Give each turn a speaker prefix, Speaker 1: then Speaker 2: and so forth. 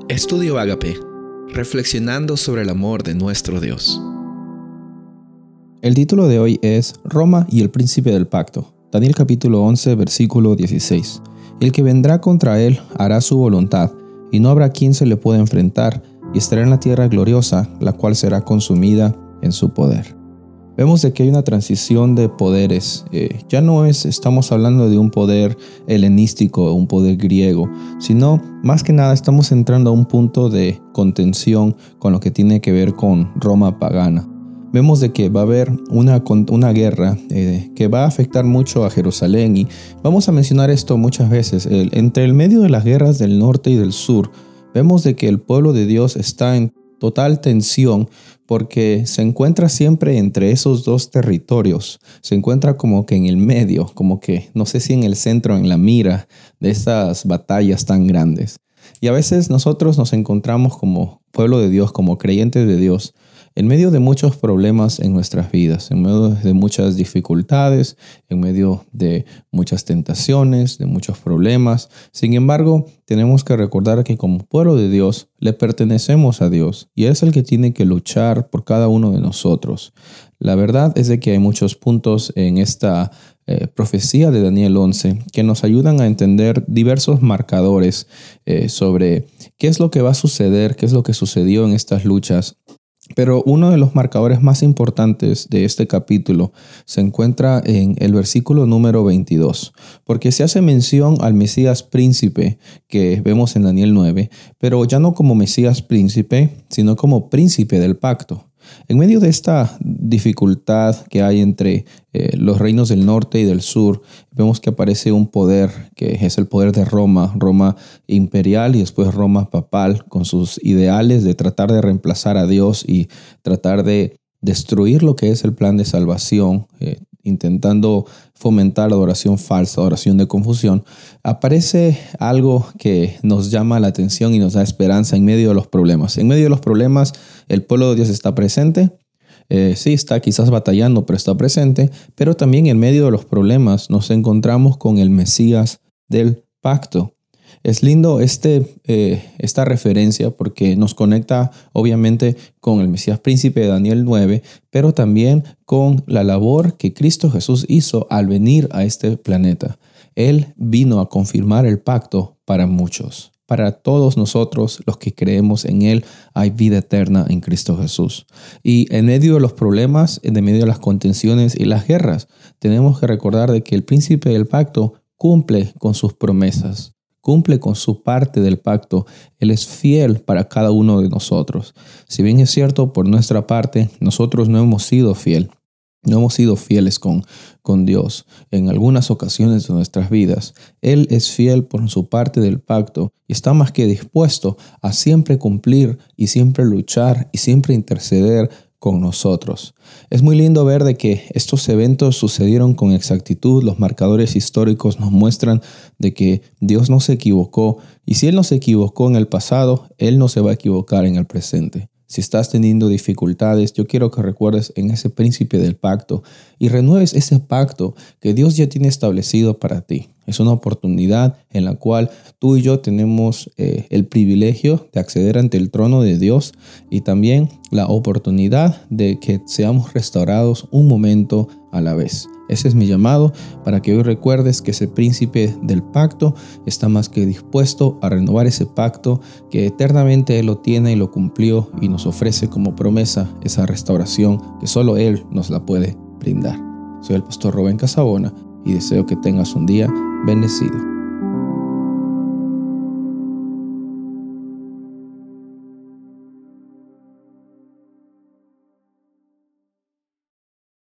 Speaker 1: Estudio Ágape, reflexionando sobre el amor de nuestro Dios.
Speaker 2: El título de hoy es Roma y el príncipe del pacto. Daniel capítulo 11, versículo 16. El que vendrá contra él hará su voluntad, y no habrá quien se le pueda enfrentar, y estará en la tierra gloriosa, la cual será consumida en su poder. Vemos de que hay una transición de poderes. Ya no estamos hablando de un poder helenístico o un poder griego, sino más que nada estamos entrando a un punto de contención con lo que tiene que ver con Roma pagana. Vemos de que va a haber una guerra que va a afectar mucho a Jerusalén, y vamos a mencionar esto muchas veces. Entre el medio de las guerras del norte y del sur, vemos de que el pueblo de Dios está en total tensión porque se encuentra siempre entre esos dos territorios. Se encuentra como que en el medio, como que no sé si en el centro, en la mira de estas batallas tan grandes. Y a veces nosotros nos encontramos como pueblo de Dios, como creyentes de Dios, en medio de muchos problemas en nuestras vidas, en medio de muchas dificultades, en medio de muchas tentaciones, de muchos problemas. Sin embargo, tenemos que recordar que como pueblo de Dios le pertenecemos a Dios, y es el que tiene que luchar por cada uno de nosotros. La verdad es de que hay muchos puntos en esta profecía de Daniel 11 que nos ayudan a entender diversos marcadores sobre qué es lo que va a suceder, qué es lo que sucedió en estas luchas. Pero uno de los marcadores más importantes de este capítulo se encuentra en el versículo número 22, porque se hace mención al Mesías príncipe que vemos en Daniel 9, pero ya no como Mesías príncipe, sino como príncipe del pacto. En medio de esta dificultad que hay entre los reinos del norte y del sur, vemos que aparece un poder que es el poder de Roma imperial y después Roma papal, con sus ideales de tratar de reemplazar a Dios y tratar de destruir lo que es el plan de salvación, intentando fomentar la adoración falsa, adoración de confusión. Aparece algo que nos llama la atención y nos da esperanza en medio de los problemas. En medio de los problemas, el pueblo de Dios está presente. Sí, está quizás batallando, pero está presente. Pero también en medio de los problemas nos encontramos con el Mesías del pacto. Es lindo esta referencia porque nos conecta obviamente con el Mesías príncipe de Daniel 9, pero también con la labor que Cristo Jesús hizo al venir a este planeta. Él vino a confirmar el pacto para muchos. Para todos nosotros, los que creemos en Él, hay vida eterna en Cristo Jesús. Y en medio de los problemas, en medio de las contenciones y las guerras, tenemos que recordar de que el príncipe del pacto cumple con sus promesas. Cumple con su parte del pacto. Él es fiel para cada uno de nosotros. Si bien es cierto, por nuestra parte, nosotros no hemos sido fieles. No hemos sido fieles con Dios en algunas ocasiones de nuestras vidas. Él es fiel por su parte del pacto y está más que dispuesto a siempre cumplir y siempre luchar y siempre interceder con nosotros. Es muy lindo ver de que estos eventos sucedieron con exactitud. Los marcadores históricos nos muestran de que Dios no se equivocó, y si Él no se equivocó en el pasado, Él no se va a equivocar en el presente. Si estás teniendo dificultades, yo quiero que recuerdes en ese príncipe del pacto y renueves ese pacto que Dios ya tiene establecido para ti. Es una oportunidad en la cual tú y yo tenemos el privilegio de acceder ante el trono de Dios, y también la oportunidad de que seamos restaurados un momento a la vez. Ese es mi llamado, para que hoy recuerdes que ese príncipe del pacto está más que dispuesto a renovar ese pacto que eternamente Él lo tiene y lo cumplió, y nos ofrece como promesa esa restauración que solo Él nos la puede brindar. Soy el pastor Rubén Casabona y deseo que tengas un día bendecido.